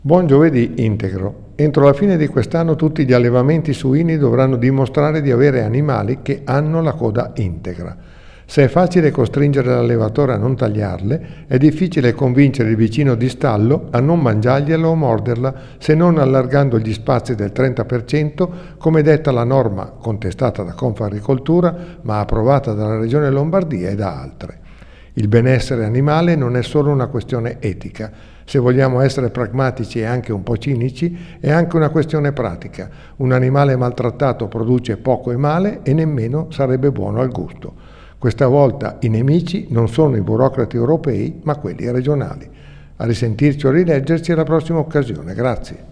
Buon giovedì integro. Entro la fine di quest'anno tutti gli allevamenti suini dovranno dimostrare di avere animali che hanno la coda integra. Se è facile costringere l'allevatore a non tagliarle, è difficile convincere il vicino di stallo a non mangiargliela o morderla, se non allargando gli spazi del 30%, come detta la norma contestata da Confagricoltura, ma approvata dalla Regione Lombardia e da altre. Il benessere animale non è solo una questione etica. Se vogliamo essere pragmatici e anche un po' cinici, è anche una questione pratica. Un animale maltrattato produce poco e male e nemmeno sarebbe buono al gusto. Questa volta i nemici non sono i burocrati europei, ma quelli regionali. A risentirci o rileggerci alla prossima occasione. Grazie.